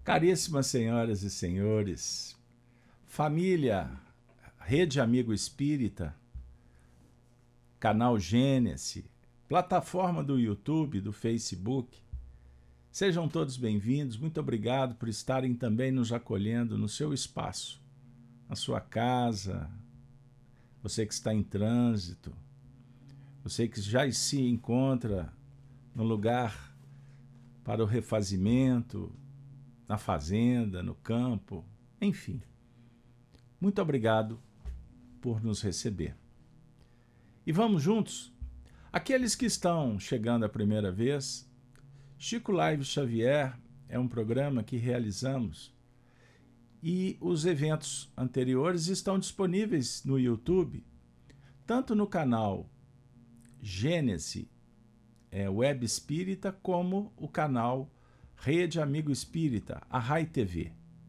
Caríssimas senhoras e senhores, família, Rede Amigo Espírita, canal Gênesis, plataforma do YouTube, do Facebook, sejam todos bem-vindos. Muito obrigado por estarem também nos acolhendo no seu espaço, na sua casa, você que está em trânsito, você que já se encontra no lugar para o refazimento, na fazenda, no campo, enfim. Muito obrigado por nos receber. E vamos juntos? Aqueles que estão chegando a primeira vez, Chico Live Xavier é um programa que realizamos e os eventos anteriores estão disponíveis no YouTube, tanto no canal Gênesis Web Espírita, como o canal Rede Amigo Espírita, a RAI TV.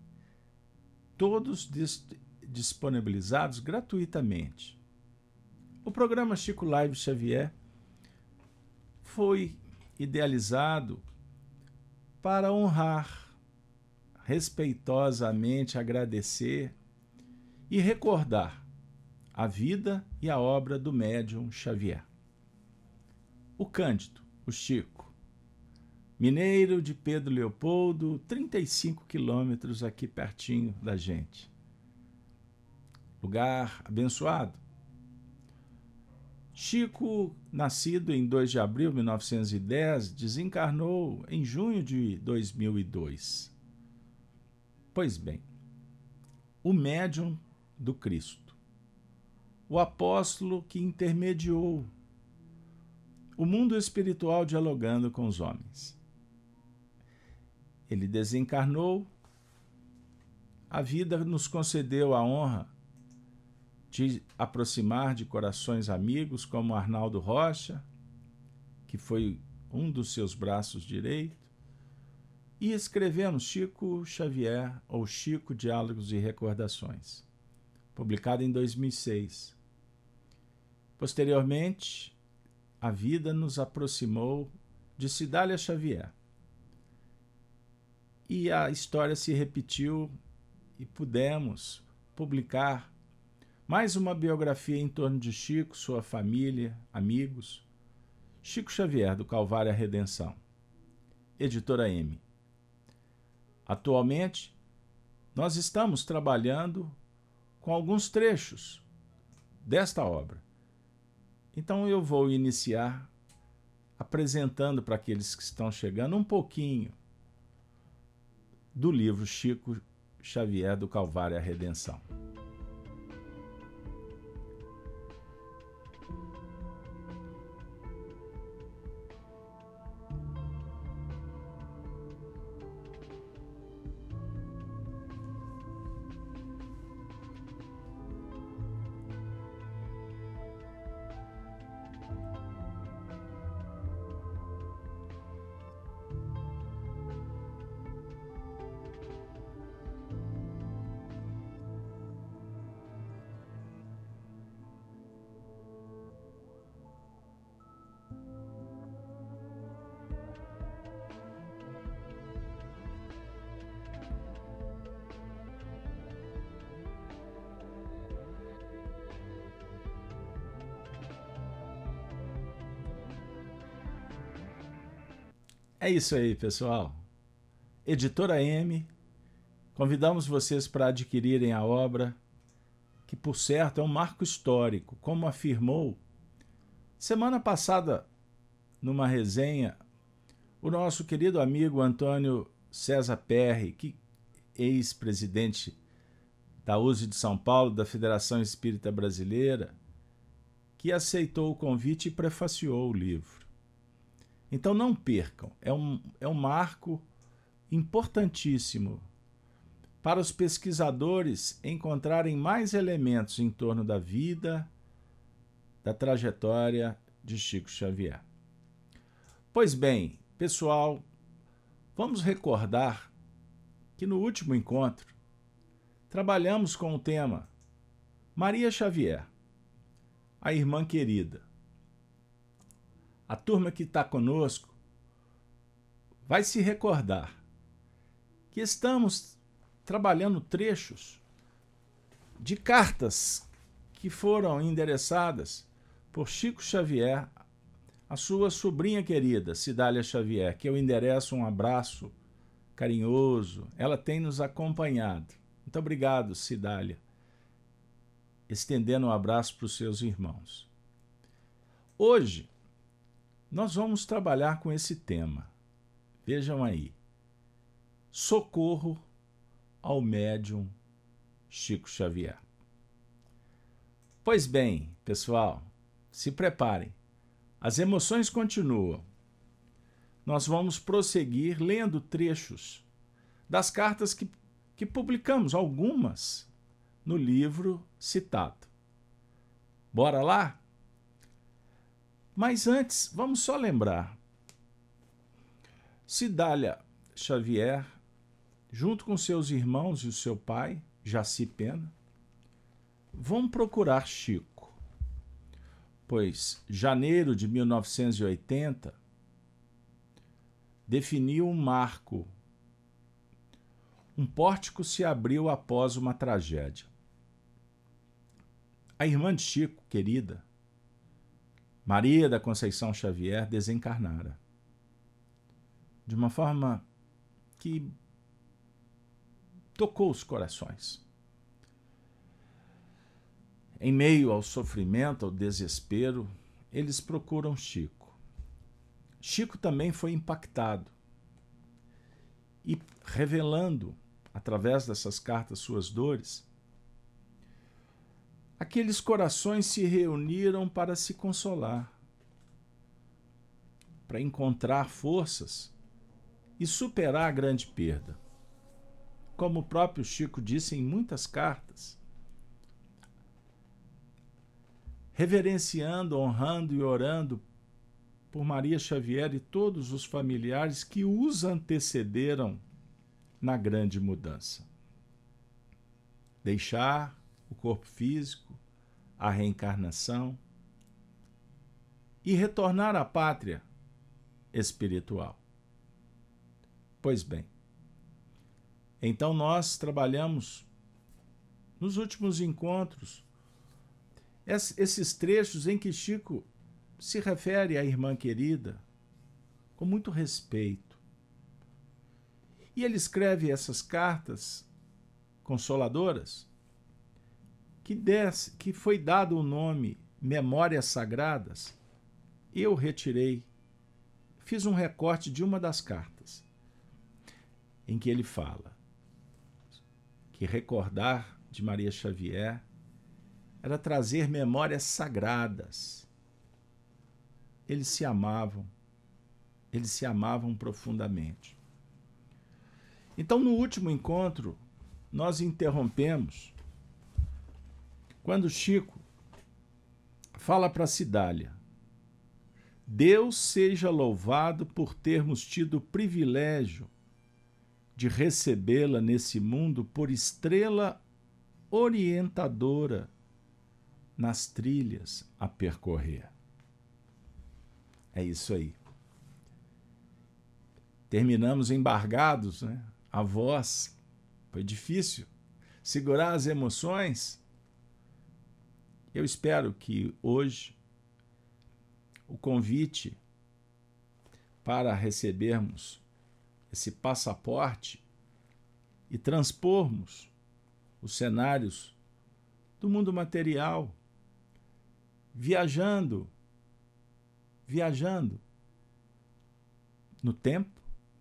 Todos disponibilizados gratuitamente. O programa Chico Live Xavier foi idealizado para honrar, respeitosamente agradecer e recordar a vida e a obra do médium Xavier. O Cândido, o Chico, mineiro de Pedro Leopoldo, 35 quilômetros aqui pertinho da gente. Lugar abençoado. Chico, nascido em 2 de abril de 1910, desencarnou em junho de 2002. Pois bem, o médium do Cristo, o apóstolo que intermediou o mundo espiritual dialogando com os homens. Ele desencarnou, a vida nos concedeu a honra de aproximar de corações amigos como Arnaldo Rocha, que foi um dos seus braços direitos, e escrevemos Chico Xavier, ou Chico Diálogos e Recordações, publicado em 2006. Posteriormente, a vida nos aproximou de Cidália Xavier. E a história se repetiu e pudemos publicar mais uma biografia em torno de Chico, sua família, amigos. Chico Xavier, do Calvário à Redenção. Editora M. Atualmente, nós estamos trabalhando com alguns trechos desta obra. Então eu vou iniciar apresentando para aqueles que estão chegando um pouquinho do livro Chico Xavier, do Calvário à Redenção. É isso aí, pessoal. Editora M, convidamos vocês para adquirirem a obra, que, por certo, é um marco histórico, como afirmou semana passada, numa resenha, o nosso querido amigo Antônio César Perry, que ex-presidente da USE de São Paulo, da Federação Espírita Brasileira, que aceitou o convite e prefaciou o livro. Então não percam, é um marco importantíssimo para os pesquisadores encontrarem mais elementos em torno da vida, da trajetória de Chico Xavier. Pois bem, pessoal, vamos recordar que no último encontro trabalhamos com o tema Maria Xavier, a irmã querida. A turma que está conosco vai se recordar que estamos trabalhando trechos de cartas que foram endereçadas por Chico Xavier, a sua sobrinha querida, Cidália Xavier, que eu endereço um abraço carinhoso. Ela tem nos acompanhado. Muito obrigado, Cidália. Estendendo um abraço para os seus irmãos. Hoje, nós vamos trabalhar com esse tema. Vejam aí. Socorro ao médium Chico Xavier. Pois bem, pessoal, se preparem. As emoções continuam. Nós vamos prosseguir lendo trechos das cartas que publicamos, algumas, no livro citado. Bora lá? Mas antes, vamos só lembrar. Cidália Xavier, junto com seus irmãos e o seu pai, Jaci Pena, vão procurar Chico, pois janeiro de 1980 definiu um marco. Um pórtico se abriu após uma tragédia. A irmã de Chico, querida, Maria da Conceição Xavier, desencarnara. De uma forma que tocou os corações. Em meio ao sofrimento, ao desespero, eles procuram Chico. Chico também foi impactado e, revelando, através dessas cartas, suas dores, aqueles corações se reuniram para se consolar, para encontrar forças e superar a grande perda. Como o próprio Chico disse em muitas cartas, reverenciando, honrando e orando por Maria Xavier e todos os familiares que os antecederam na grande mudança. Deixar o corpo físico, a reencarnação e retornar à pátria espiritual. Pois bem, então nós trabalhamos nos últimos encontros esses trechos em que Chico se refere à irmã querida com muito respeito. E ele escreve essas cartas consoladoras que foi dado o nome Memórias Sagradas. Eu retirei, fiz um recorte de uma das cartas, em que ele fala que recordar de Maria Xavier era trazer memórias sagradas. Eles se amavam profundamente. Então, no último encontro, nós interrompemos quando Chico fala para Cidália: Deus seja louvado por termos tido o privilégio de recebê-la nesse mundo por estrela orientadora nas trilhas a percorrer. É isso aí. Terminamos embargados, né? A voz. Foi difícil segurar as emoções. Eu espero que hoje o convite para recebermos esse passaporte e transpormos os cenários do mundo material, viajando no tempo,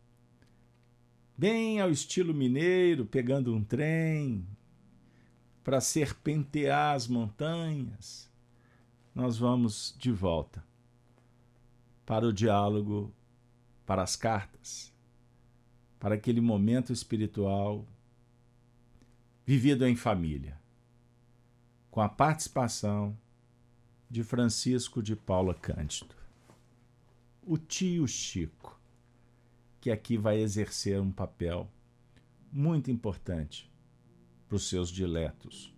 bem ao estilo mineiro, pegando um trem para serpentear as montanhas. Nós vamos de volta para o diálogo, para as cartas, para aquele momento espiritual vivido em família, com a participação de Francisco de Paula Cândido, o tio Chico, que aqui vai exercer um papel muito importante para os seus diletos.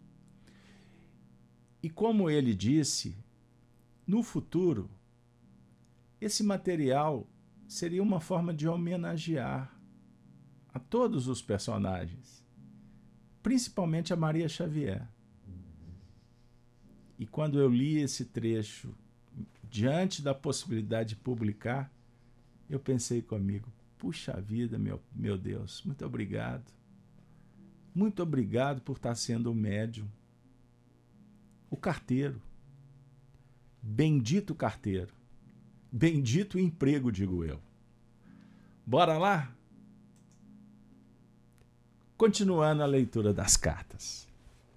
E como ele disse, no futuro, esse material seria uma forma de homenagear a todos os personagens, principalmente a Maria Xavier. E quando eu li esse trecho, diante da possibilidade de publicar, eu pensei comigo, puxa vida, meu Deus, muito obrigado. Muito obrigado por estar sendo o médium, o carteiro. Bendito carteiro. Bendito emprego, digo eu. Bora lá? Continuando a leitura das cartas.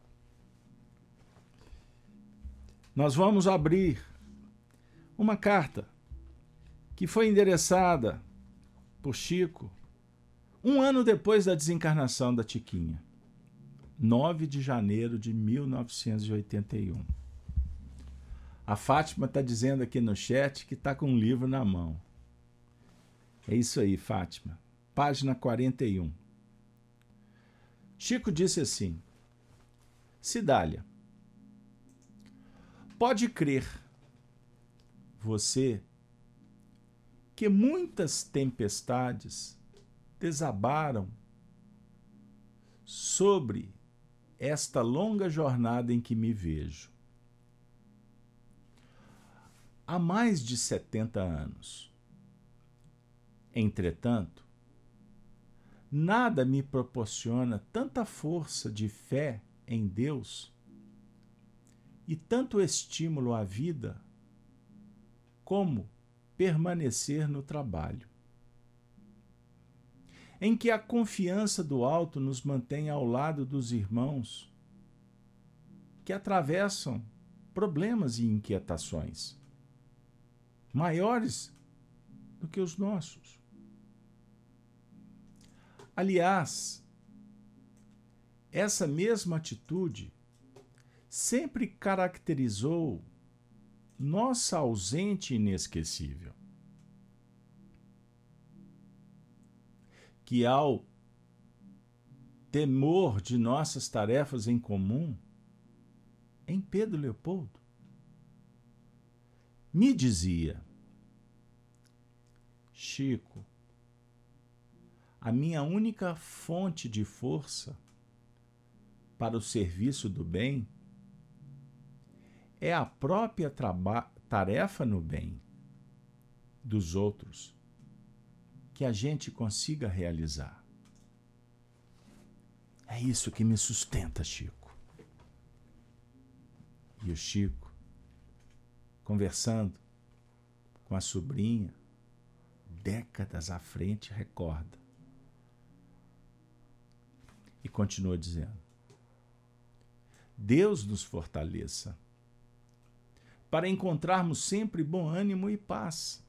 Nós vamos abrir uma carta que foi endereçada por Chico 1 ano depois da desencarnação da Tiquinha, 9 de janeiro de 1981. A Fátima está dizendo aqui no chat que está com um livro na mão. É isso aí, Fátima. Página 41. Chico disse assim: Cidália, pode crer você que muitas tempestades desabaram sobre esta longa jornada em que me vejo. Há mais de 70 anos. Entretanto, nada me proporciona tanta força de fé em Deus e tanto estímulo à vida como permanecer no trabalho, em que a confiança do alto nos mantém ao lado dos irmãos que atravessam problemas e inquietações maiores do que os nossos. Aliás, essa mesma atitude sempre caracterizou nossa ausente inesquecível, que ao temor de nossas tarefas em comum, em Pedro Leopoldo, me dizia: Chico, a minha única fonte de força para o serviço do bem é a própria tarefa no bem dos outros que a gente consiga realizar. É isso que me sustenta, Chico. E o Chico, conversando com a sobrinha, décadas à frente, recorda. E continua dizendo: Deus nos fortaleça para encontrarmos sempre bom ânimo e paz,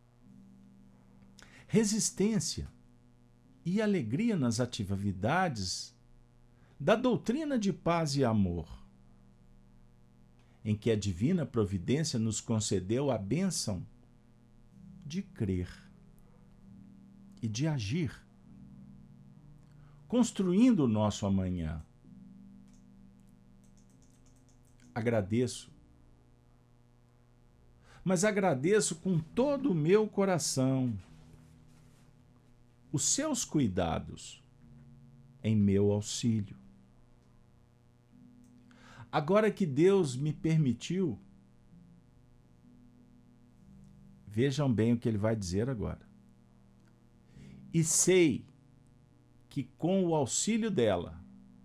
resistência e alegria nas atividades da doutrina de paz e amor, em que a divina providência nos concedeu a bênção de crer e de agir, construindo o nosso amanhã. Agradeço, mas agradeço com todo o meu coração os seus cuidados em meu auxílio. Agora que Deus me permitiu, vejam bem o que ele vai dizer agora, e sei que com o auxílio dela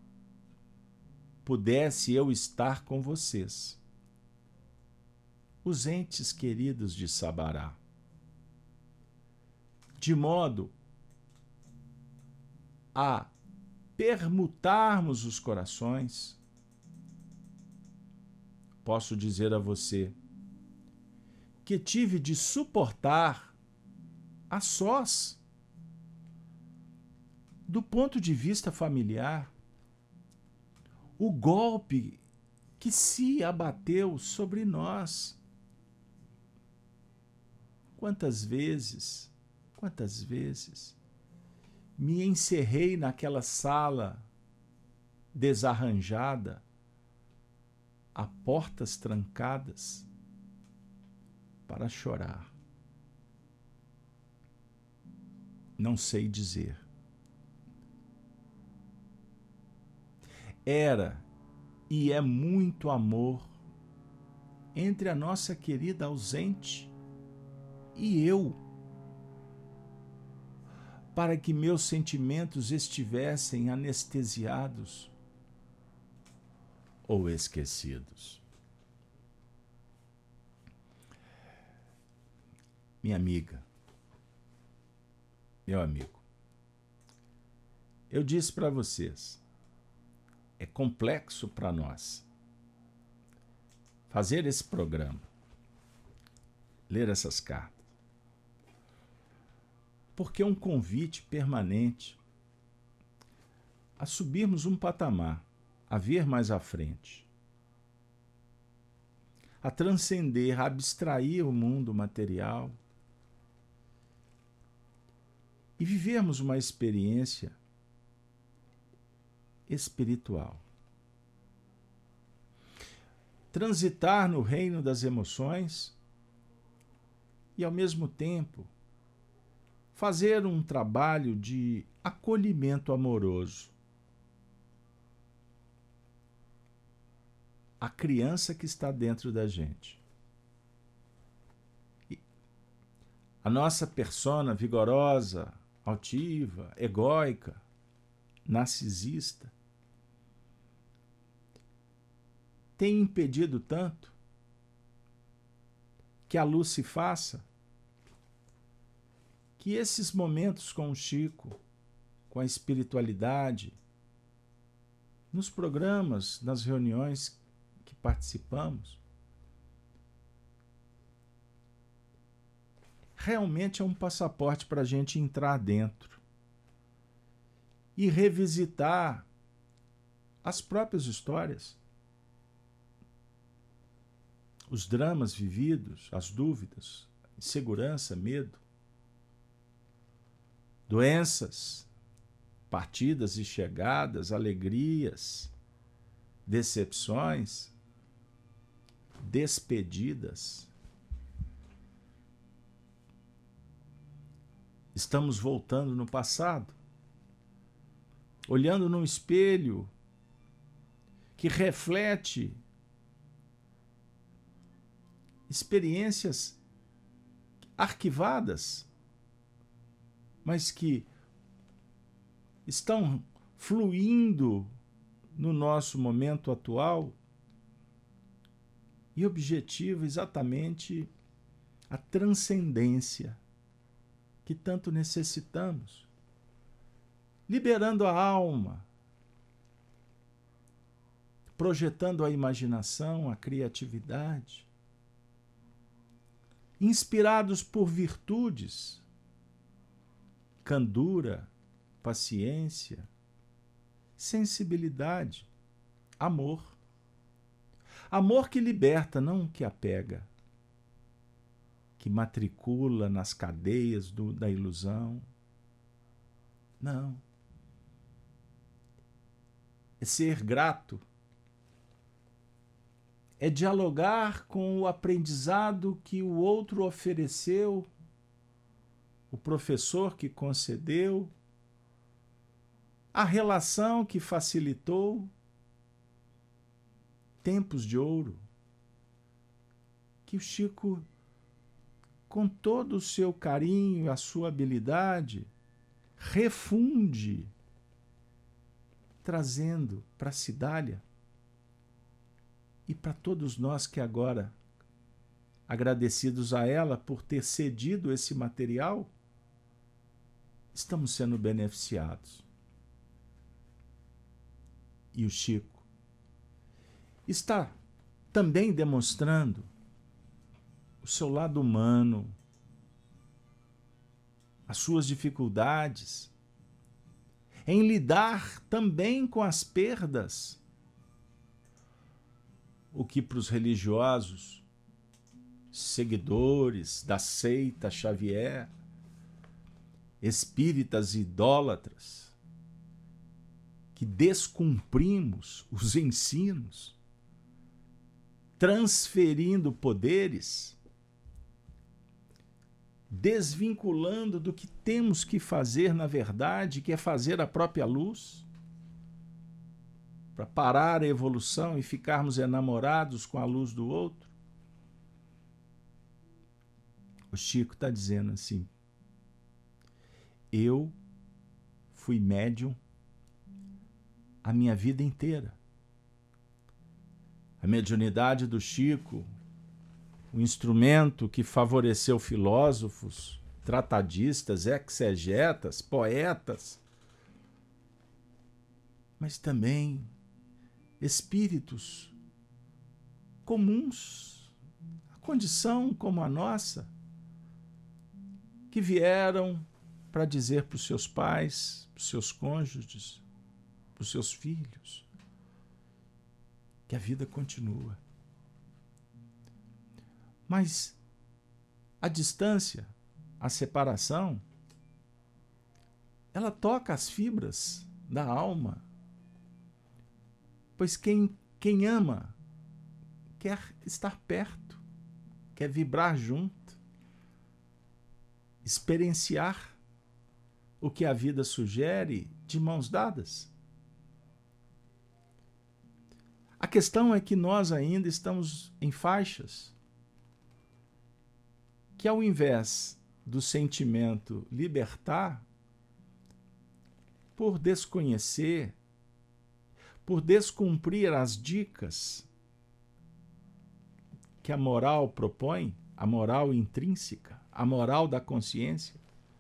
pudesse eu estar com vocês, os entes queridos de Sabará, de modo a permutarmos os corações. Posso dizer a você que tive de suportar a sós, do ponto de vista familiar, o golpe que se abateu sobre nós. Quantas vezes me encerrei naquela sala desarranjada, a portas trancadas, para chorar. Não sei dizer. era e é muito amor entre a nossa querida ausente e eu, para que meus sentimentos estivessem anestesiados ou esquecidos. Minha amiga, meu amigo, eu disse para vocês, é complexo para nós fazer esse programa, ler essas cartas, porque é um convite permanente a subirmos um patamar, a ver mais à frente, a transcender, a abstrair o mundo material e vivermos uma experiência espiritual. Transitar no reino das emoções e, ao mesmo tempo, fazer um trabalho de acolhimento amoroso. A criança que está dentro da gente. A nossa persona vigorosa, altiva, egóica, narcisista, tem impedido tanto que a luz se faça, que esses momentos com o Chico, com a espiritualidade, nos programas, nas reuniões que participamos, realmente é um passaporte para a gente entrar dentro e revisitar as próprias histórias, os dramas vividos, as dúvidas, insegurança, medo, doenças, partidas e chegadas, alegrias, decepções, despedidas. Estamos voltando no passado, olhando num espelho que reflete experiências arquivadas, mas que estão fluindo no nosso momento atual e objetiva exatamente a transcendência que tanto necessitamos, liberando a alma, projetando a imaginação, a criatividade, inspirados por virtudes, candura, paciência, sensibilidade, amor. Amor que liberta, não que apega, que matricula nas cadeias da ilusão. Não. É ser grato. É dialogar com o aprendizado que o outro ofereceu, o professor que concedeu, a relação que facilitou, tempos de ouro, que o Chico, com todo o seu carinho e a sua habilidade, refunde, trazendo para a Cidália e para todos nós que agora, agradecidos a ela por ter cedido esse material, estamos sendo beneficiados. E o Chico está também demonstrando o seu lado humano, as suas dificuldades, em lidar também com as perdas, o que para os religiosos, seguidores da seita Xavier, espíritas idólatras, que descumprimos os ensinos, transferindo poderes, desvinculando do que temos que fazer na verdade, que é fazer a própria luz. para parar a evolução e ficarmos enamorados com a luz do outro? O Chico está dizendo assim: eu fui médium a minha vida inteira. A mediunidade do Chico, o instrumento que favoreceu filósofos, tratadistas, exegetas, poetas, mas também espíritos comuns, a condição como a nossa, que vieram para dizer para os seus pais, para os seus cônjuges, para os seus filhos, que a vida continua. Mas a distância, a separação, ela toca as fibras da alma, pois quem ama quer estar perto, quer vibrar junto, experienciar o que a vida sugere de mãos dadas. A questão é que nós ainda estamos em faixas que, ao invés do sentimento libertar, por desconhecer, por descumprir as dicas que a moral propõe, a moral intrínseca, a moral da consciência,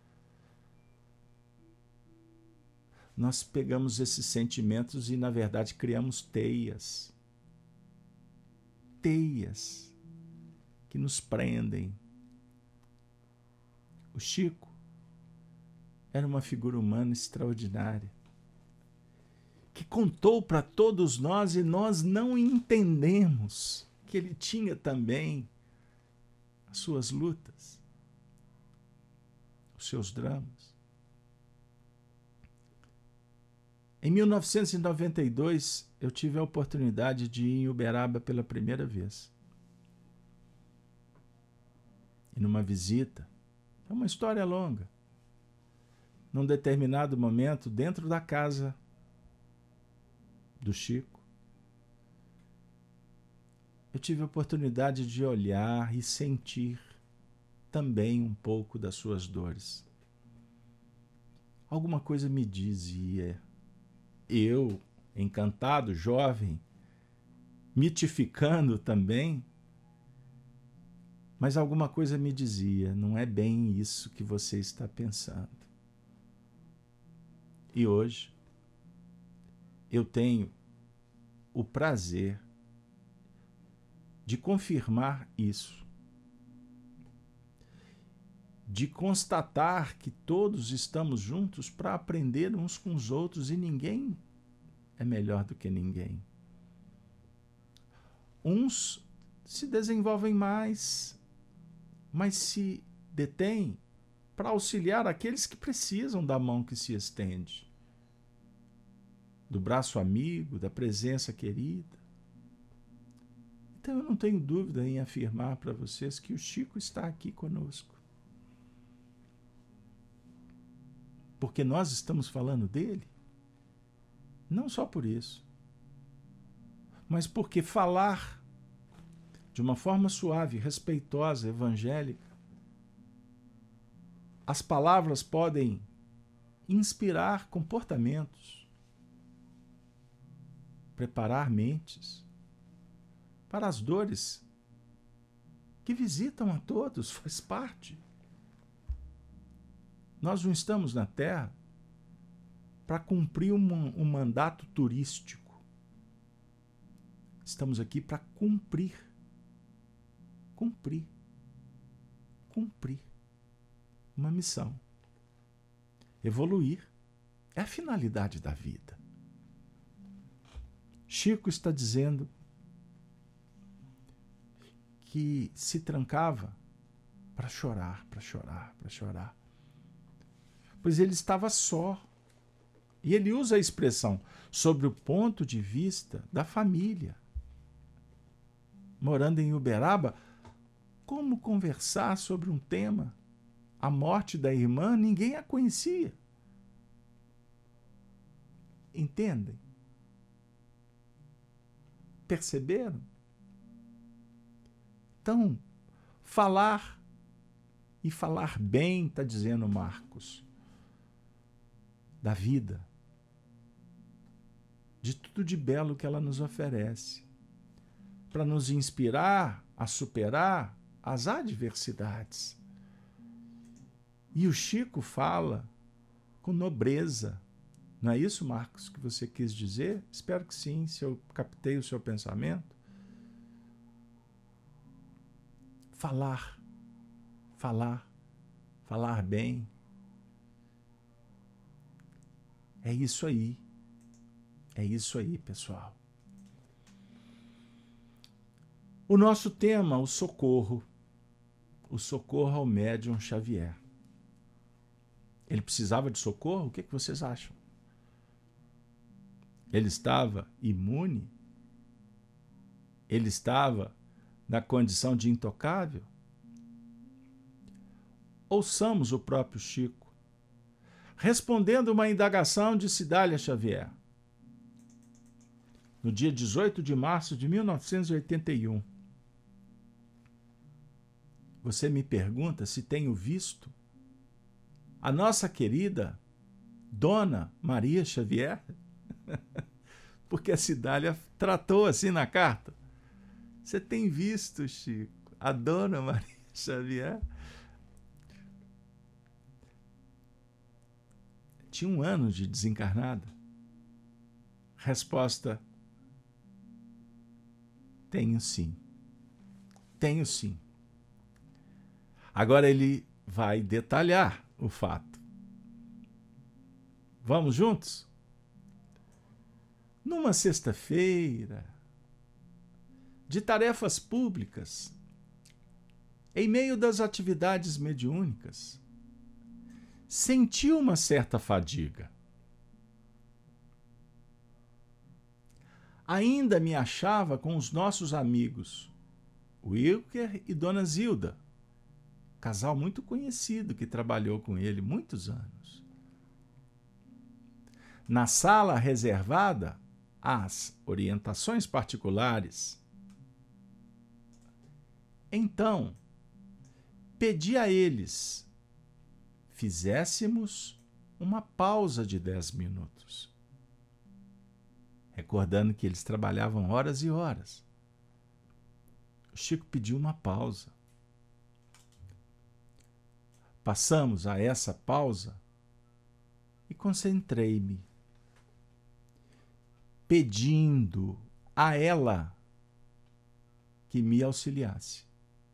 nós pegamos esses sentimentos e, na verdade, criamos teias que nos prendem. O Chico era uma figura humana extraordinária, que contou para todos nós e nós não entendemos que ele tinha também as suas lutas, os seus dramas. Em 1992, eu tive a oportunidade de ir em Uberaba pela primeira vez. E numa visita, é uma história longa, num determinado momento, dentro da casa do Chico, eu tive a oportunidade de olhar e sentir também um pouco das suas dores. Alguma coisa me dizia, eu, encantado, jovem, mitificando também, mas alguma coisa me dizia, não é bem isso que você está pensando. E hoje eu tenho o prazer de confirmar isso, de constatar que todos estamos juntos para aprender uns com os outros e ninguém é melhor do que ninguém. Uns se desenvolvem mais, mas se detêm para auxiliar aqueles que precisam da mão que se estende, do braço amigo, da presença querida. Então eu não tenho dúvida em afirmar para vocês que o Chico está aqui conosco. Porque nós estamos falando dele, não só por isso, mas porque falar de uma forma suave, respeitosa, evangélica, as palavras podem inspirar comportamentos, preparar mentes para as dores que visitam a todos, faz parte. Nós não estamos na Terra para cumprir um mandato turístico. Estamos aqui para cumprir uma missão. Evoluir é a finalidade da vida. Chico está dizendo que se trancava para chorar, pois ele estava só. E ele usa a expressão sobre o ponto de vista da família. Morando em Uberaba, como conversar sobre um tema? A morte da irmã, ninguém a conhecia. Entendem? Perceberam? Então, falar e falar bem, está dizendo Marcos, da vida, de tudo de belo que ela nos oferece, para nos inspirar a superar as adversidades. E o Chico fala com nobreza. Não é isso, Marcos, que você quis dizer? Espero que sim, se eu captei o seu pensamento. Falar, falar, falar bem. É isso aí. É isso aí, pessoal. O nosso tema, o socorro ao médium Xavier. Ele precisava de socorro? O que vocês acham? Ele estava imune? Ele estava na condição de intocável? Ouçamos o próprio Chico, respondendo uma indagação de Cidália Xavier, no dia 18 de março de 1981. Você me pergunta se tenho visto a nossa querida Dona Maria Xavier? Porque a Cidália tratou assim na carta. Você tem visto, Chico, a Dona Maria Xavier? Tinha 1 ano de desencarnada. Resposta: tenho sim. Tenho sim. Agora ele vai detalhar o fato. Vamos juntos? Numa sexta-feira, de tarefas públicas, em meio das atividades mediúnicas, senti uma certa fadiga. Ainda me achava com os nossos amigos, Wilker e Dona Zilda, casal muito conhecido que trabalhou com ele muitos anos. Na sala reservada às orientações particulares. Então, pedi a eles fizéssemos uma pausa de 10 minutos. Recordando que eles trabalhavam horas e horas. O Chico pediu uma pausa. Passamos a essa pausa e concentrei-me, pedindo a ela que me auxiliasse.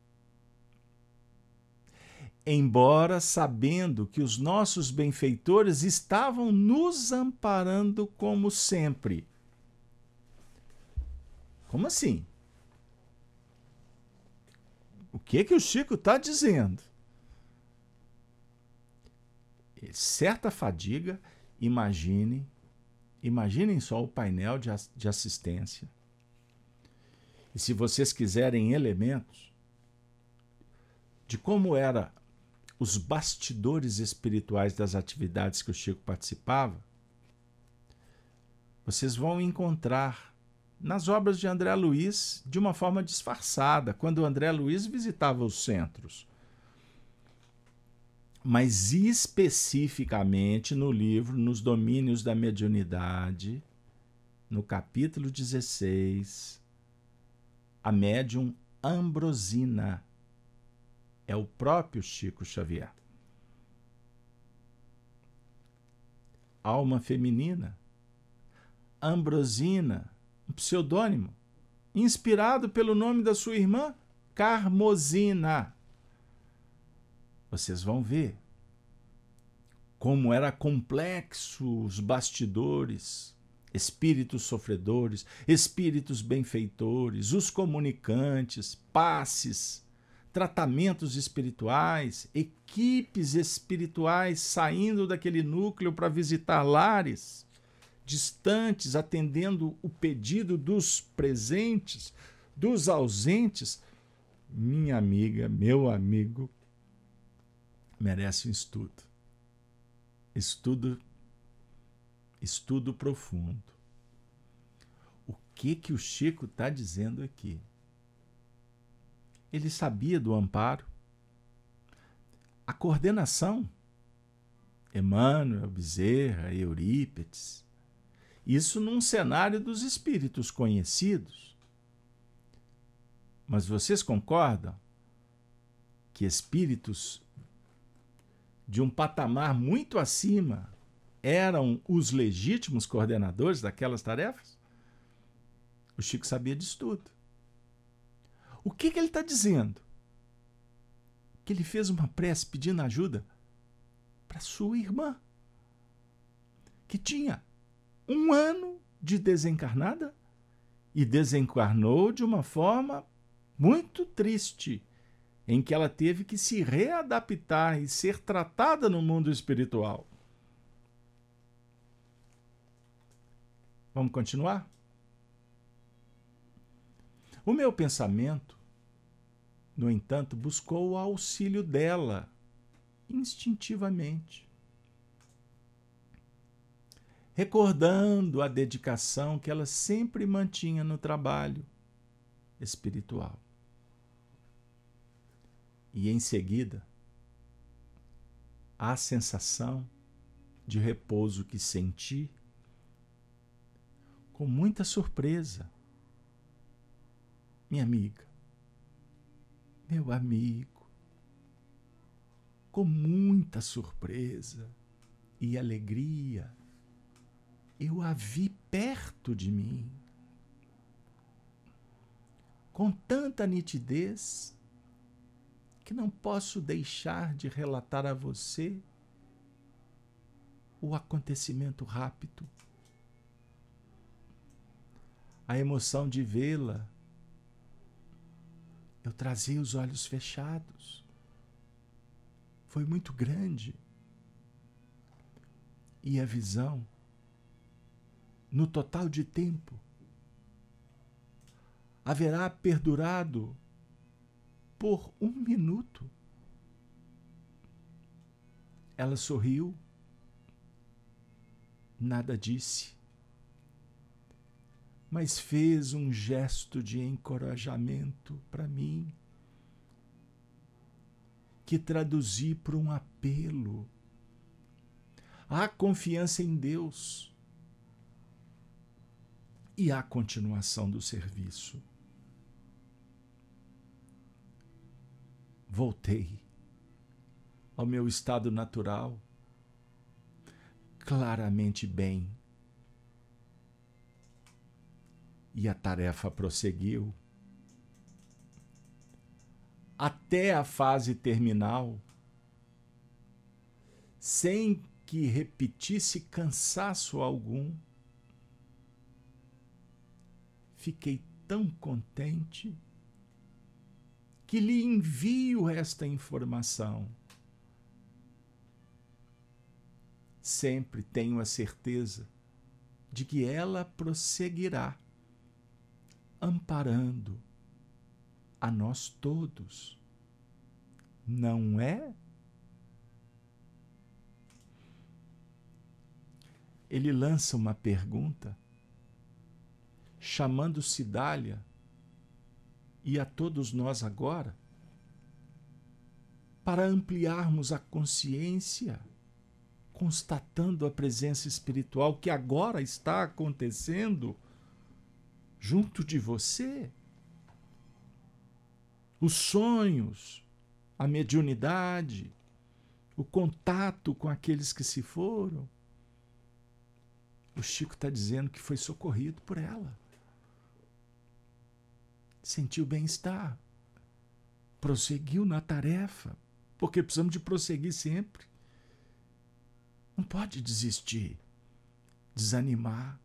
Embora sabendo que os nossos benfeitores estavam nos amparando como sempre. Como assim? O que o Chico está dizendo? Certa fadiga, imaginem só o painel de assistência. E se vocês quiserem elementos de como eram os bastidores espirituais das atividades que o Chico participava, vocês vão encontrar nas obras de André Luiz de uma forma disfarçada, quando André Luiz visitava os centros. Mas especificamente no livro Nos Domínios da Mediunidade, no capítulo 16, a médium Ambrosina é o próprio Chico Xavier. Alma feminina, Ambrosina, um pseudônimo, inspirado pelo nome da sua irmã, Carmosina. Vocês vão ver como era complexo os bastidores, espíritos sofredores, espíritos benfeitores, os comunicantes, passes, tratamentos espirituais, equipes espirituais saindo daquele núcleo para visitar lares distantes, atendendo o pedido dos presentes, dos ausentes. Minha amiga, meu amigo, merece um estudo. Estudo profundo. O que o Chico está dizendo aqui? Ele sabia do amparo. A coordenação, Emmanuel, Bezerra, Eurípides, isso num cenário dos espíritos conhecidos. Mas vocês concordam que espíritos de um patamar muito acima eram os legítimos coordenadores daquelas tarefas? O Chico sabia disso tudo. O que ele está dizendo? Que ele fez uma prece pedindo ajuda para sua irmã, que tinha 1 ano de desencarnada e desencarnou de uma forma muito triste, em que ela teve que se readaptar e ser tratada no mundo espiritual. Vamos continuar? O meu pensamento, no entanto, buscou o auxílio dela, instintivamente, recordando a dedicação que ela sempre mantinha no trabalho espiritual. E em seguida, a sensação de repouso que senti, com muita surpresa. Minha amiga, meu amigo, com muita surpresa e alegria, eu a vi perto de mim, com tanta nitidez, que não posso deixar de relatar a você o acontecimento rápido. A emoção de vê-la, eu trazia os olhos fechados. Foi muito grande. E a visão, no total de tempo, haverá perdurado por 1 minuto. Ela sorriu, nada disse, mas fez um gesto de encorajamento para mim, que traduzi por um apelo à confiança em Deus e à continuação do serviço. Voltei ao meu estado natural, claramente bem. E a tarefa prosseguiu até a fase terminal, sem que repetisse cansaço algum. Fiquei tão contente que lhe envio esta informação. Sempre tenho a certeza de que ela prosseguirá, amparando a nós todos. Não é? Ele lança uma pergunta, chamando Cidália e a todos nós agora, para ampliarmos a consciência, constatando a presença espiritual que agora está acontecendo junto de você. Os sonhos, a mediunidade, o contato com aqueles que se foram. O Chico está dizendo que foi socorrido por ela. Sentiu bem-estar. Prosseguiu na tarefa, porque precisamos de prosseguir sempre. Não pode desistir, desanimar.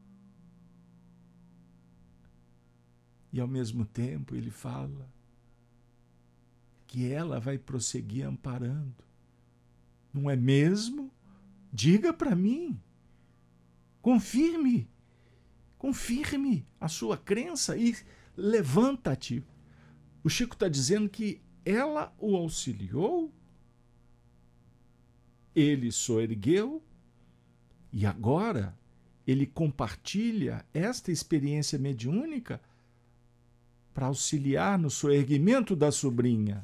E ao mesmo tempo ele fala que ela vai prosseguir amparando. Não é mesmo? Diga para mim. Confirme a sua crença e levanta-te. O Chico está dizendo que ela o auxiliou, ele soergueu e agora ele compartilha esta experiência mediúnica para auxiliar no soerguimento da sobrinha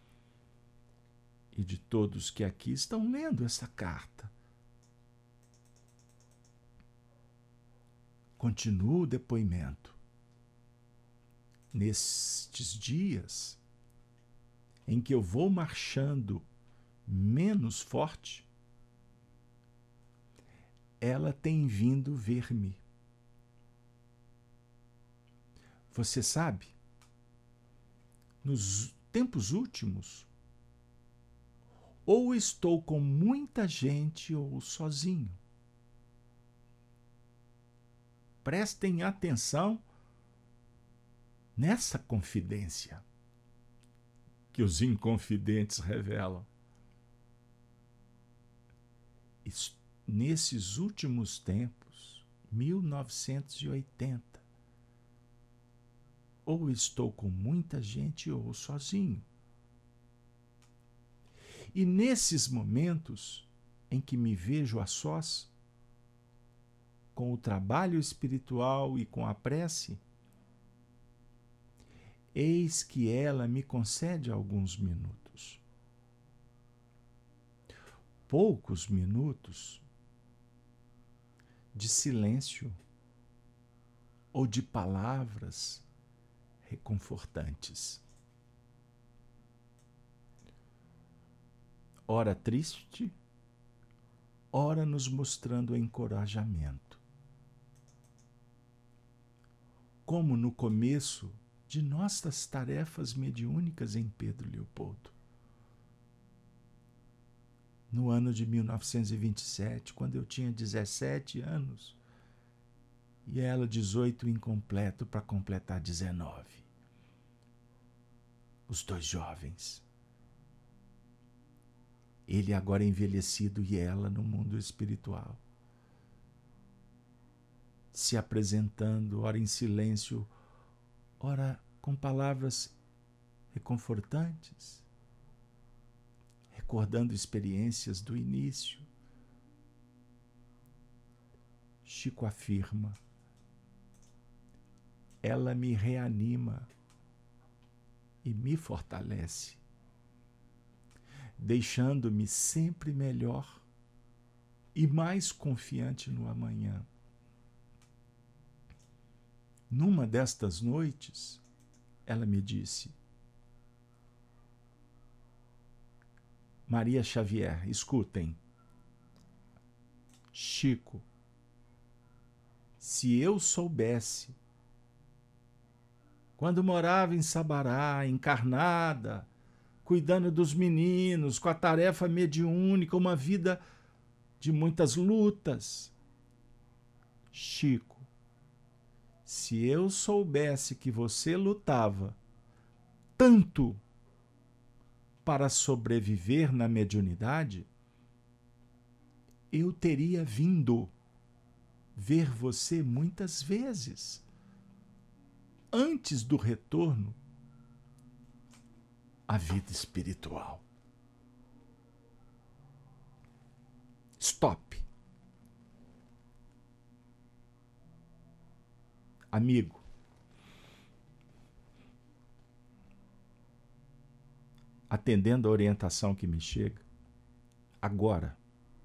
e de todos que aqui estão lendo essa carta. Continua o depoimento. Nestes dias em que eu vou marchando menos forte, ela tem vindo ver-me. Você sabe, nos tempos últimos, ou estou com muita gente ou sozinho. Prestem atenção nessa confidência que os inconfidentes revelam. Nesses últimos tempos, 1980, ou estou com muita gente ou sozinho. E nesses momentos em que me vejo a sós, com o trabalho espiritual e com a prece, eis que ela me concede alguns minutos. Poucos minutos de silêncio ou de palavras reconfortantes. Ora triste, ora nos mostrando encorajamento. Como no começo de nossas tarefas mediúnicas em Pedro Leopoldo. No ano de 1927, quando eu tinha 17 anos, e ela 18 incompleto para completar 19. Os dois jovens. Ele agora envelhecido e ela no mundo espiritual. Se apresentando, ora em silêncio, ora com palavras reconfortantes, recordando experiências do início. Chico afirma: ela me reanima e me fortalece, deixando-me sempre melhor e mais confiante no amanhã. Numa destas noites, ela me disse: Maria Xavier, escutem. Chico, se eu soubesse, quando morava em Sabará, encarnada, cuidando dos meninos, com a tarefa mediúnica, uma vida de muitas lutas. Chico, se eu soubesse que você lutava tanto para sobreviver na mediunidade, eu teria vindo ver você muitas vezes, antes do retorno à vida espiritual. Stop. Amigo, atendendo a orientação que me chega, agora,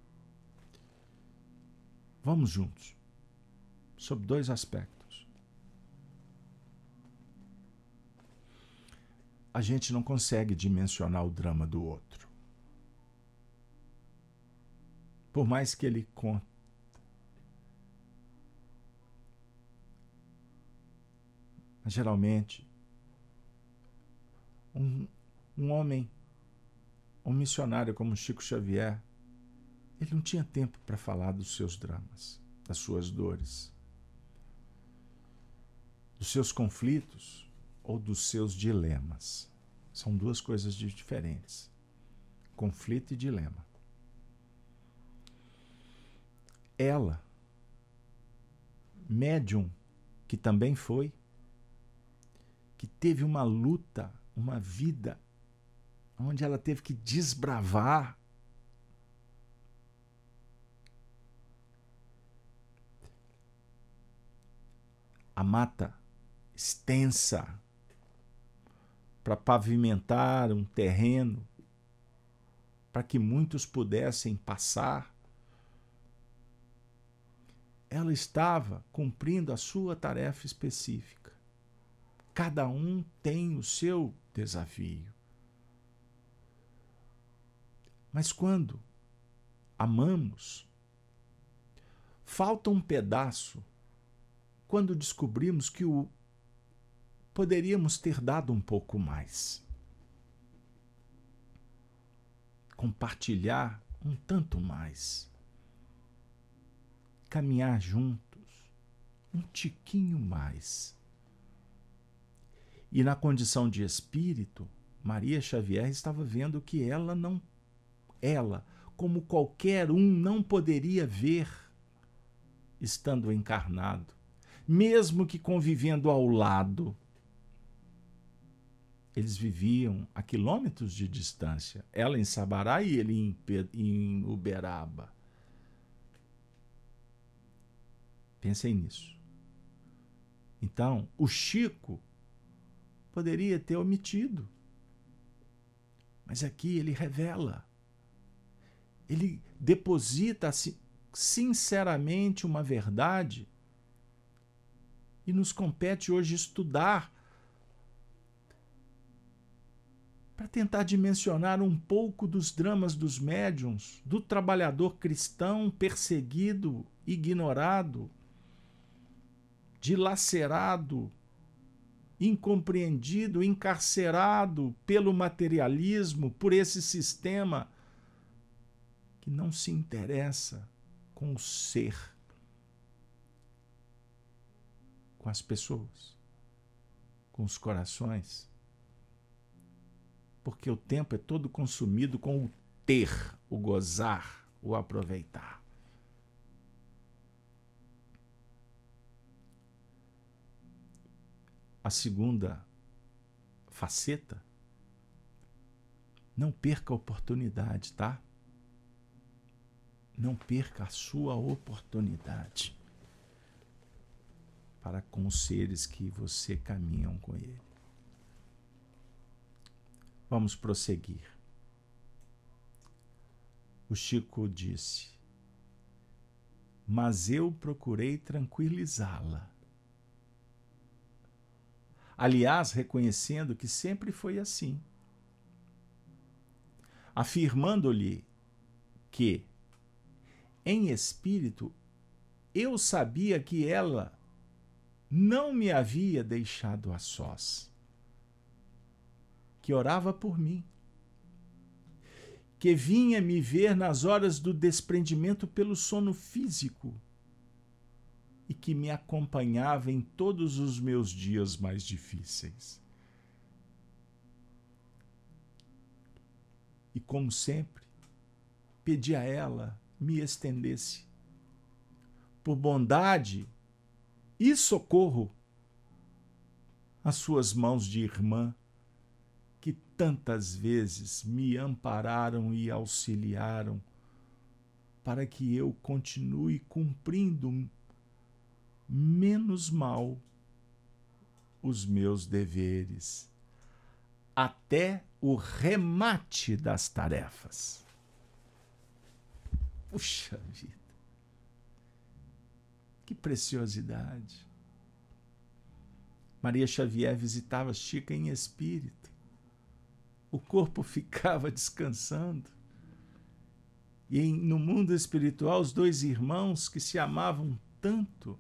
vamos juntos, sobre dois aspectos. A gente não consegue dimensionar o drama do outro. Por mais que ele conte. Mas, geralmente, um homem, um missionário como Chico Xavier, ele não tinha tempo para falar dos seus dramas, das suas dores, dos seus conflitos ou dos seus dilemas. São duas coisas diferentes. Conflito e dilema. Ela, médium, que também foi, que teve uma luta, uma vida, onde ela teve que desbravar a mata extensa para pavimentar um terreno, para que muitos pudessem passar. Ela estava cumprindo a sua tarefa específica. Cada um tem o seu desafio. Mas quando amamos, falta um pedaço quando descobrimos que poderíamos ter dado um pouco mais. Compartilhar um tanto mais. Caminhar juntos um tiquinho mais. E na condição de espírito, Maria Xavier estava vendo que ela, como qualquer um, não poderia ver estando encarnado, mesmo que convivendo ao lado. Eles viviam a quilômetros de distância, ela em Sabará e ele em Uberaba. Pensem nisso. Então, o Chico poderia ter omitido, mas aqui ele revela, ele deposita sinceramente uma verdade e nos compete hoje estudar para tentar dimensionar um pouco dos dramas dos médiuns, do trabalhador cristão perseguido, ignorado, dilacerado, incompreendido, encarcerado pelo materialismo, por esse sistema que não se interessa com o ser, com as pessoas, com os corações. Porque o tempo é todo consumido com o ter, o gozar, o aproveitar. A segunda faceta, não perca a oportunidade, tá? Não perca a sua oportunidade para com os seres que você caminham com ele. Vamos prosseguir. O Chico disse: mas eu procurei tranquilizá-la. Aliás, reconhecendo que sempre foi assim. Afirmando-lhe que, em espírito, eu sabia que ela não me havia deixado a sós, que orava por mim, que vinha me ver nas horas do desprendimento pelo sono físico e que me acompanhava em todos os meus dias mais difíceis. E, como sempre, pedi a ela me estendesse, por bondade e socorro, as suas mãos de irmã, que tantas vezes me ampararam e auxiliaram, para que eu continue cumprindo menos mal os meus deveres, até o remate das tarefas. Puxa vida! Que preciosidade! Maria Xavier visitava Chica em espírito. O corpo ficava descansando. E no mundo espiritual, os dois irmãos que se amavam tanto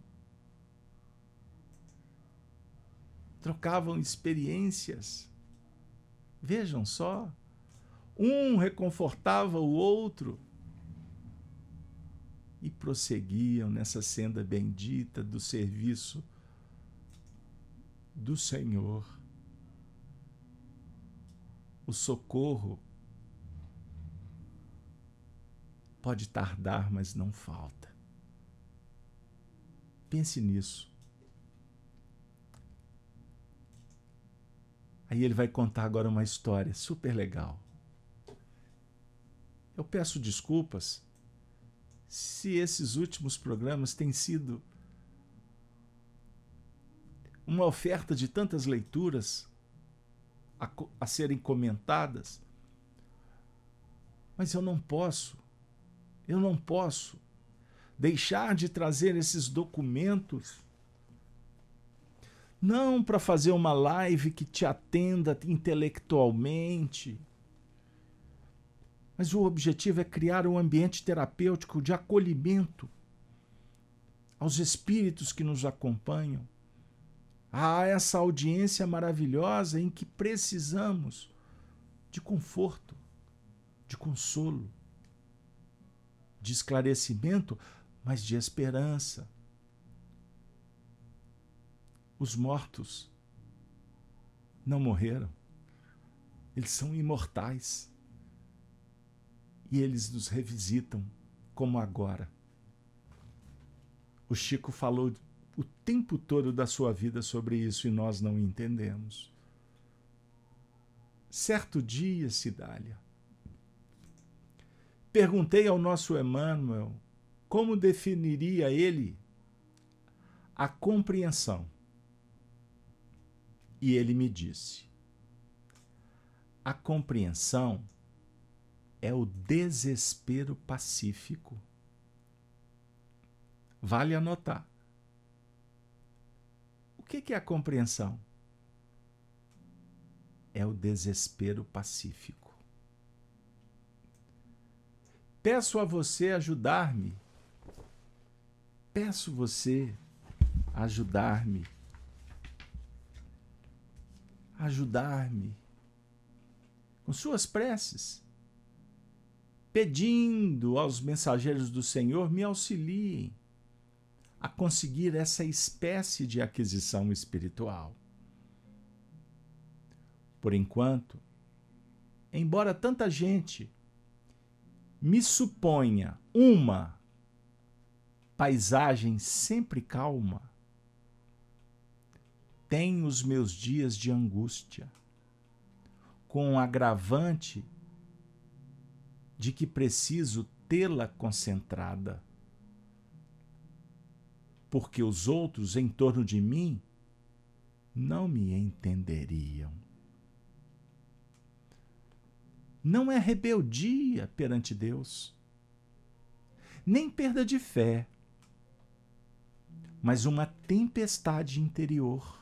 trocavam experiências. Vejam só, um reconfortava o outro e prosseguiam nessa senda bendita do serviço do Senhor. O socorro pode tardar, mas não falta. Pense nisso. Aí ele vai contar agora uma história super legal. Eu peço desculpas se esses últimos programas têm sido uma oferta de tantas leituras a serem comentadas, mas eu não posso deixar de trazer esses documentos, não para fazer uma live que te atenda intelectualmente, mas o objetivo é criar um ambiente terapêutico de acolhimento aos espíritos que nos acompanham, a essa audiência maravilhosa em que precisamos de conforto, de consolo, de esclarecimento, mas de esperança. Os mortos não morreram, eles são imortais e eles nos revisitam como agora. O Chico falou o tempo todo da sua vida sobre isso e nós não entendemos. Certo dia, Cidália, perguntei ao nosso Emmanuel como definiria ele a compreensão. E ele me disse: a compreensão é o desespero pacífico. Vale anotar. O que é a compreensão? É o desespero pacífico. Peço a você ajudar-me. Peço você ajudar-me. Ajudar-me com suas preces, pedindo aos mensageiros do Senhor me auxiliem a conseguir essa espécie de aquisição espiritual. Por enquanto, embora tanta gente me suponha uma paisagem sempre calma, tenho os meus dias de angústia, com o agravante de que preciso tê-la concentrada, porque os outros em torno de mim não me entenderiam. Não é rebeldia perante Deus, nem perda de fé, mas uma tempestade interior.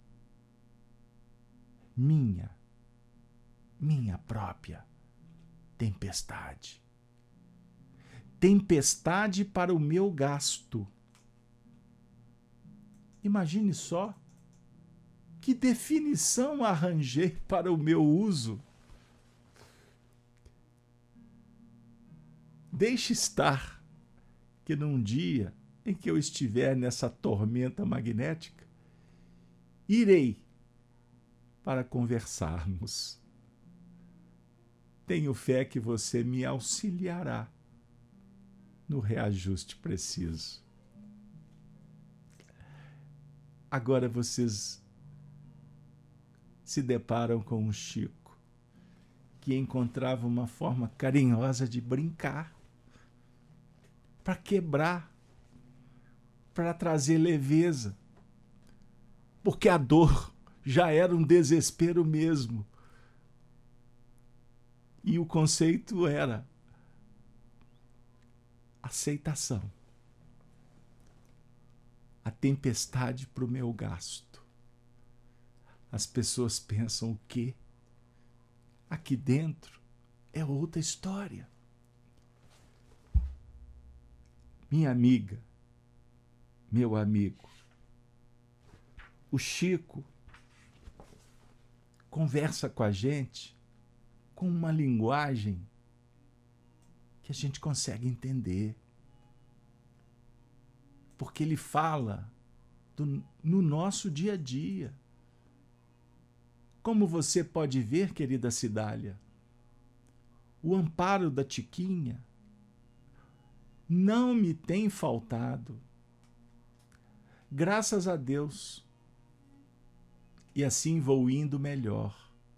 Minha própria tempestade. Tempestade para o meu gasto. Imagine só que definição arranjei para o meu uso. Deixe estar que num dia em que eu estiver nessa tormenta magnética, irei para conversarmos. Tenho fé que você me auxiliará no reajuste preciso. Agora vocês se deparam com um Chico que encontrava uma forma carinhosa de brincar, para quebrar, para trazer leveza, porque a dor já era um desespero mesmo. E o conceito era aceitação. A tempestade para o meu gasto. As pessoas pensam o quê? Aqui dentro é outra história. Minha amiga, meu amigo, o Chico conversa com a gente com uma linguagem que a gente consegue entender. Porque ele fala no nosso dia a dia. Como você pode ver, querida Cidália, o amparo da Tiquinha não me tem faltado. Graças a Deus. E assim vou indo melhor.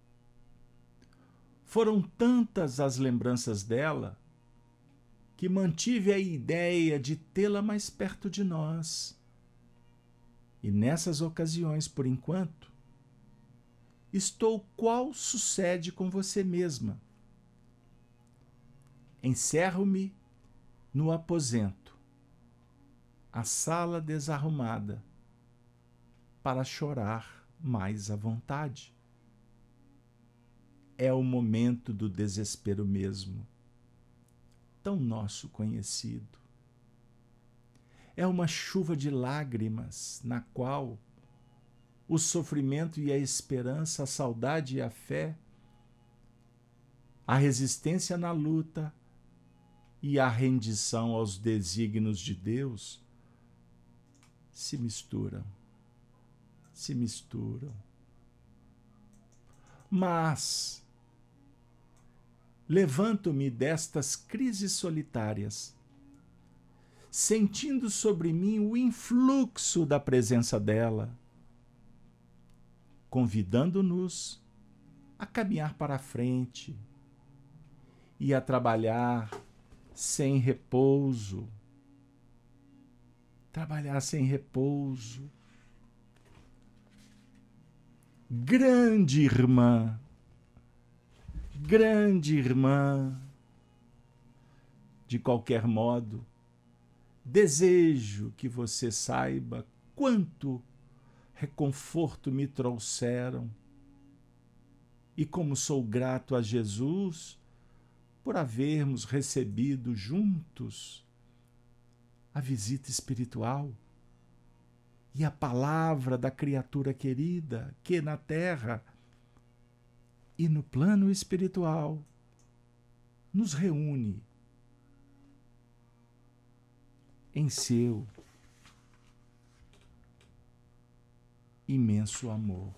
Foram tantas as lembranças dela que mantive a ideia de tê-la mais perto de nós. E nessas ocasiões, por enquanto, estou qual sucede com você mesma. Encerro-me no aposento, a sala desarrumada, para chorar mais à vontade. É o momento do desespero mesmo, tão nosso conhecido. É uma chuva de lágrimas na qual o sofrimento e a esperança, a saudade e a fé, a resistência na luta e a rendição aos desígnios de Deus se misturam. Mas levanto-me destas crises solitárias, sentindo sobre mim o influxo da presença dela, convidando-nos a caminhar para a frente e a trabalhar sem repouso. Trabalhar sem repouso. Grande irmã, de qualquer modo, desejo que você saiba quanto reconforto me trouxeram e como sou grato a Jesus por havermos recebido juntos a visita espiritual e a palavra da criatura querida que na terra e no plano espiritual nos reúne em seu imenso amor.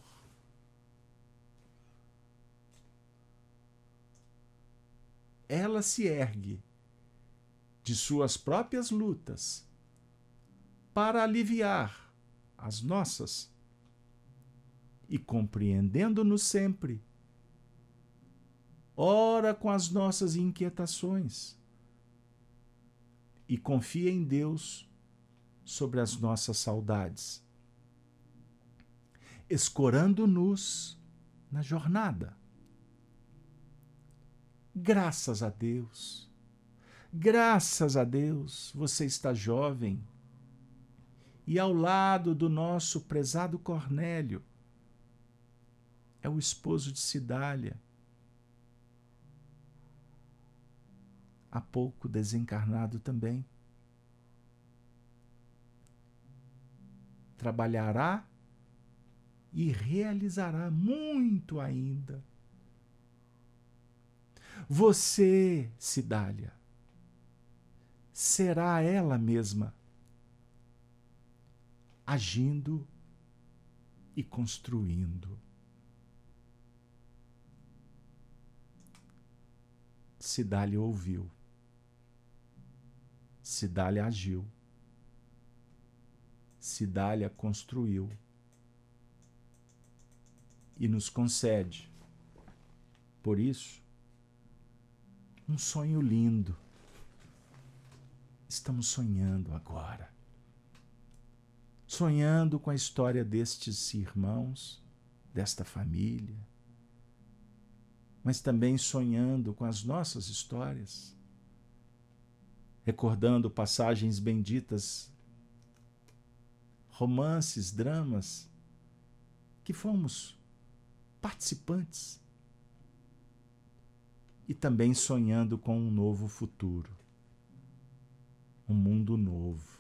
Ela se ergue de suas próprias lutas para aliviar as nossas e compreendendo-nos sempre, ora com as nossas inquietações e confia em Deus sobre as nossas saudades, escorando-nos na jornada. Graças a Deus, você está jovem e ao lado do nosso prezado Cornélio é o esposo de Cidália, há pouco desencarnado também. Trabalhará e realizará muito ainda. Você, Cidália, será ela mesma, agindo e construindo. Cidália ouviu. Cidália agiu. Cidália construiu. E nos concede, por isso, um sonho lindo. Estamos sonhando agora. Sonhando com a história destes irmãos, desta família, mas também sonhando com as nossas histórias, recordando passagens benditas, romances, dramas, que fomos participantes, e também sonhando com um novo futuro, um mundo novo,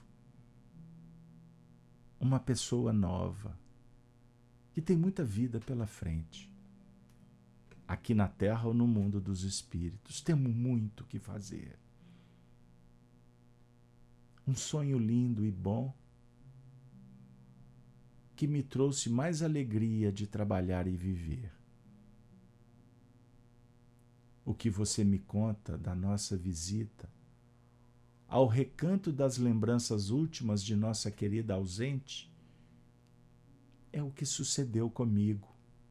uma pessoa nova, que tem muita vida pela frente. Aqui na Terra ou no mundo dos espíritos, temos muito o que fazer. Um sonho lindo e bom, que me trouxe mais alegria de trabalhar e viver. O que você me conta da nossa visita ao recanto das lembranças últimas de nossa querida ausente é o que sucedeu comigo.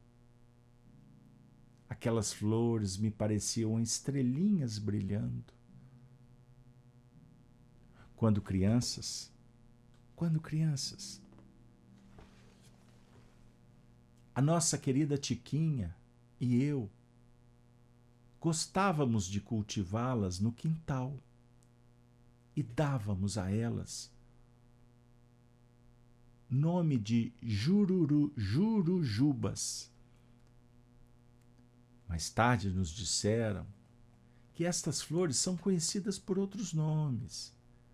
Aquelas flores me pareciam estrelinhas brilhando. Quando crianças, A nossa querida Tiquinha e eu gostávamos de cultivá-las no quintal e dávamos a elas nome de jurujubas. Mais tarde nos disseram que estas flores são conhecidas por outros nomes.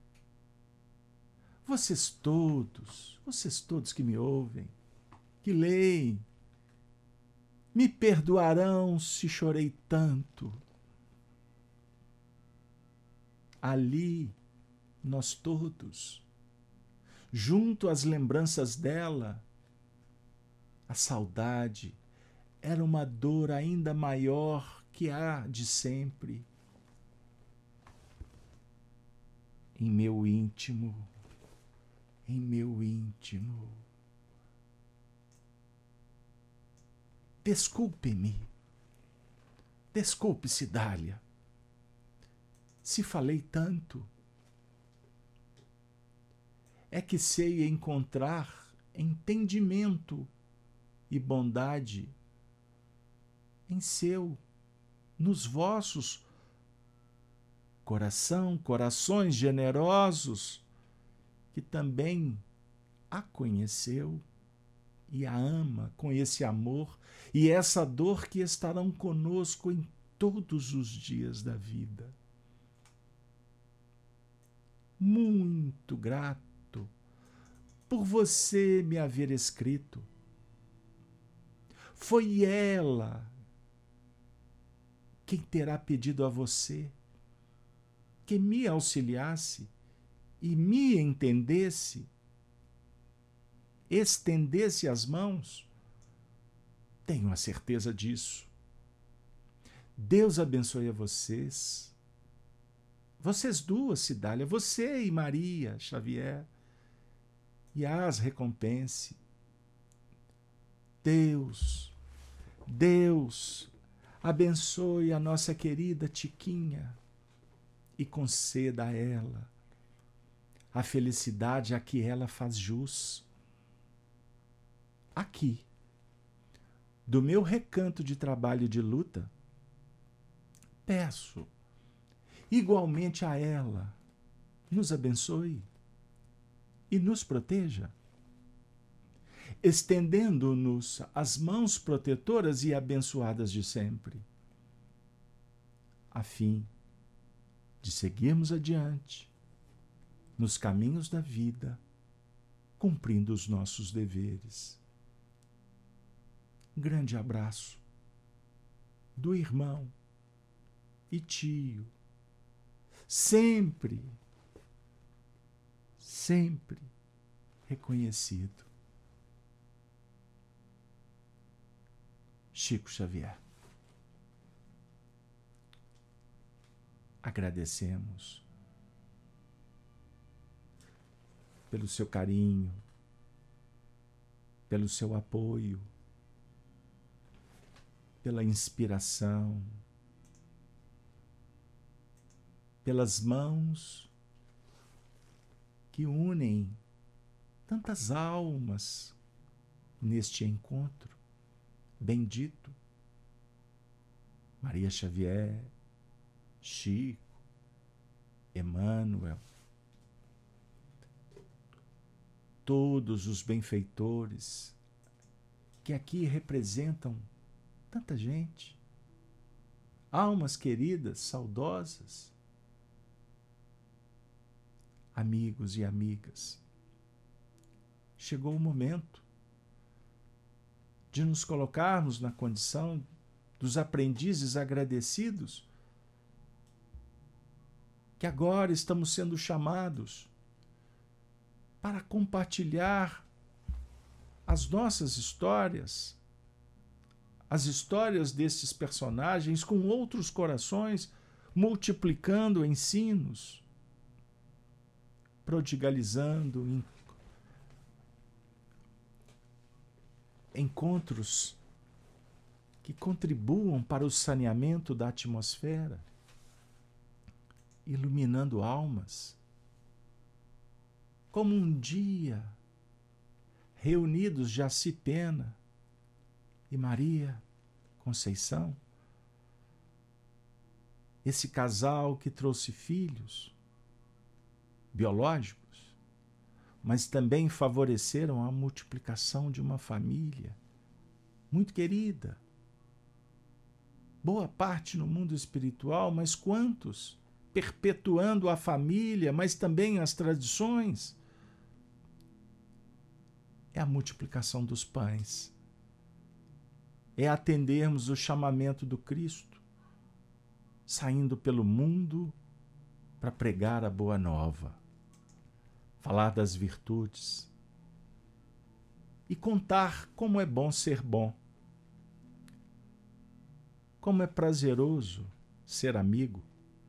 Vocês todos que me ouvem, que leem, me perdoarão se chorei tanto. Ali, nós todos, junto às lembranças dela, a saudade era uma dor ainda maior que a de sempre. Em meu íntimo, desculpe-me, desculpe-se, Dália, se falei tanto. É que sei encontrar entendimento e bondade nos vossos corações generosos, que também a conheceu e a ama com esse amor e essa dor que estarão conosco em todos os dias da vida. Muito grato por você me haver escrito. Foi ela quem terá pedido a você que me auxiliasse e me entendesse, estendesse as mãos. Tenho a certeza disso. Deus abençoe a vocês. Vocês duas, Cidália, você e Maria Xavier, e as recompense. Deus abençoe a nossa querida Tiquinha e conceda a ela a felicidade a que ela faz jus. Aqui, do meu recanto de trabalho e de luta, peço igualmente a ela, nos abençoe e nos proteja, estendendo-nos as mãos protetoras e abençoadas de sempre, a fim de seguirmos adiante nos caminhos da vida, cumprindo os nossos deveres. Grande abraço do irmão e tio, sempre reconhecido, Chico Xavier. Agradecemos pelo seu carinho, pelo seu apoio, pela inspiração, pelas mãos que unem tantas almas neste encontro bendito. Maria Xavier, Chico, Emmanuel, todos os benfeitores que aqui representam tanta gente, almas queridas, saudosas, amigos e amigas. Chegou o momento de nos colocarmos na condição dos aprendizes agradecidos, que agora estamos sendo chamados para compartilhar as nossas histórias, as histórias desses personagens com outros corações, multiplicando ensinos, prodigalizando encontros que contribuam para o saneamento da atmosfera, iluminando almas, como um dia, reunidos Jaci Pena e Maria Conceição, esse casal que trouxe filhos biológicos, mas também favoreceram a multiplicação de uma família muito querida. Boa parte no mundo espiritual, mas quantos perpetuando a família, mas também as tradições? É a multiplicação dos pães. É atendermos o chamamento do Cristo, saindo pelo mundo para pregar a boa nova, falar das virtudes e contar como é bom ser bom, como é prazeroso ser amigo,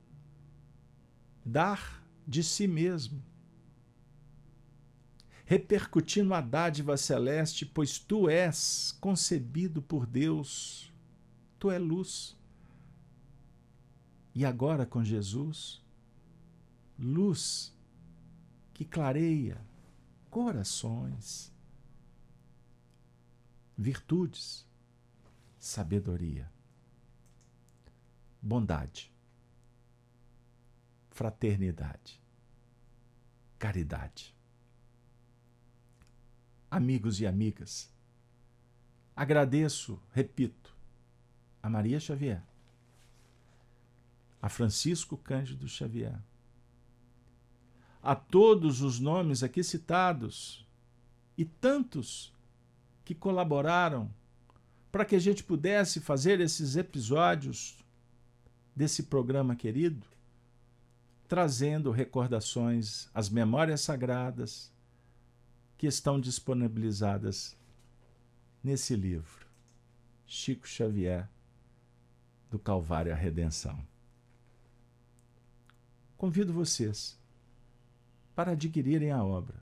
dar de si mesmo, repercutindo a dádiva celeste, pois tu és concebido por Deus, tu é luz. E agora com Jesus, luz que clareia corações, virtudes, sabedoria, bondade, fraternidade, caridade. Amigos e amigas, agradeço, repito, a Maria Xavier, a Francisco Cândido Xavier, a todos os nomes aqui citados e tantos que colaboraram para que a gente pudesse fazer esses episódios desse programa querido, trazendo recordações, as memórias sagradas que estão disponibilizadas nesse livro, Chico Xavier, do Calvário à Redenção. Convido vocês para adquirirem a obra,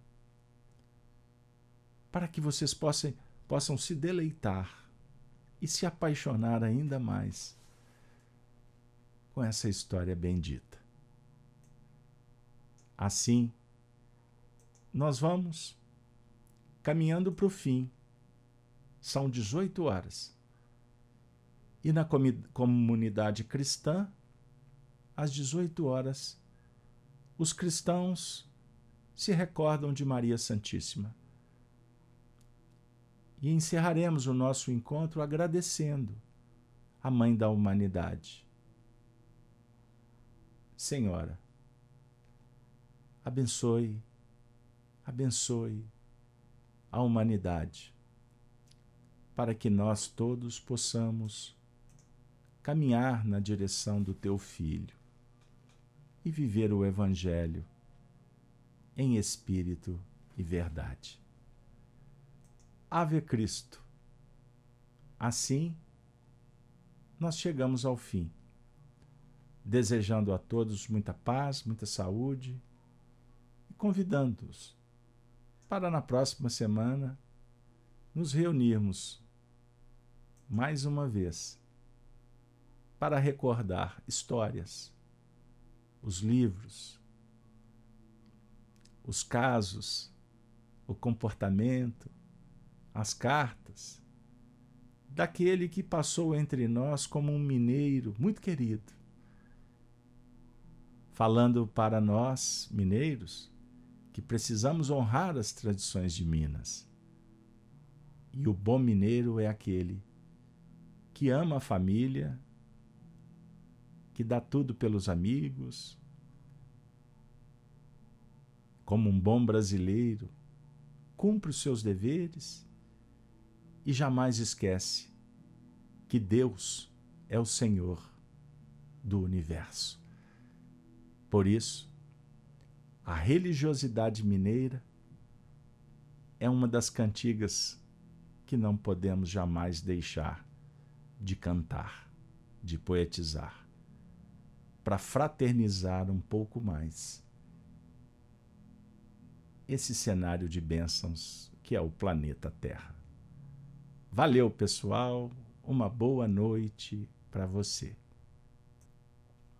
para que vocês possam se deleitar e se apaixonar ainda mais com essa história bendita. Assim, nós vamos caminhando para o fim. São 18 horas. E na comunidade cristã, às 18 horas, os cristãos se recordam de Maria Santíssima. E encerraremos o nosso encontro agradecendo a Mãe da Humanidade. Senhora, abençoe a humanidade, para que nós todos possamos caminhar na direção do Teu Filho e viver o Evangelho em espírito e verdade. Ave Cristo. Assim, nós chegamos ao fim, desejando a todos muita paz, muita saúde e convidando-os para na próxima semana nos reunirmos mais uma vez para recordar histórias, os livros, os casos, o comportamento, as cartas daquele que passou entre nós como um mineiro muito querido, falando para nós, mineiros, que precisamos honrar as tradições de Minas. E o bom mineiro é aquele que ama a família, que dá tudo pelos amigos, como um bom brasileiro, cumpre os seus deveres e jamais esquece que Deus é o Senhor do universo. Por isso, a religiosidade mineira é uma das cantigas que não podemos jamais deixar de cantar, de poetizar, para fraternizar um pouco mais esse cenário de bênçãos que é o planeta Terra. Valeu, pessoal. Uma boa noite para você.